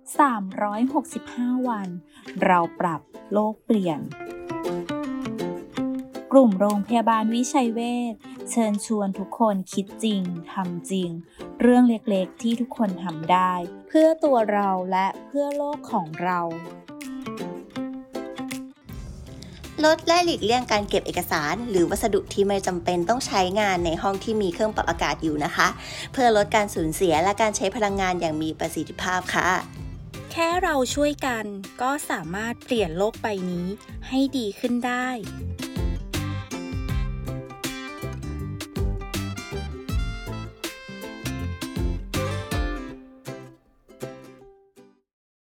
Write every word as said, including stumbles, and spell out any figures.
สามร้อยหกสิบห้า วัน เราปรับโลกเปลี่ยน กลุ่มโรงพยาบาลวิชัยเวชเชิญชวนทุกคนคิดจริงทำจริงเรื่องเล็กๆที่ทุกคนทำได้เพื่อตัวเราและเพื่อโลกของเราลดและหลีกเลี่ยงการเก็บเอกสารหรือวัสดุที่ไม่จำเป็นต้องใช้งานในห้องที่มีเครื่องปรับอากาศอยู่นะคะเพื่อลดการสูญเสียและการใช้พลังงานอย่างมีประสิทธิภาพค่ะแค่เราช่วยกันก็สามารถเปลี่ยนโลกใบนี้ให้ดีขึ้นได้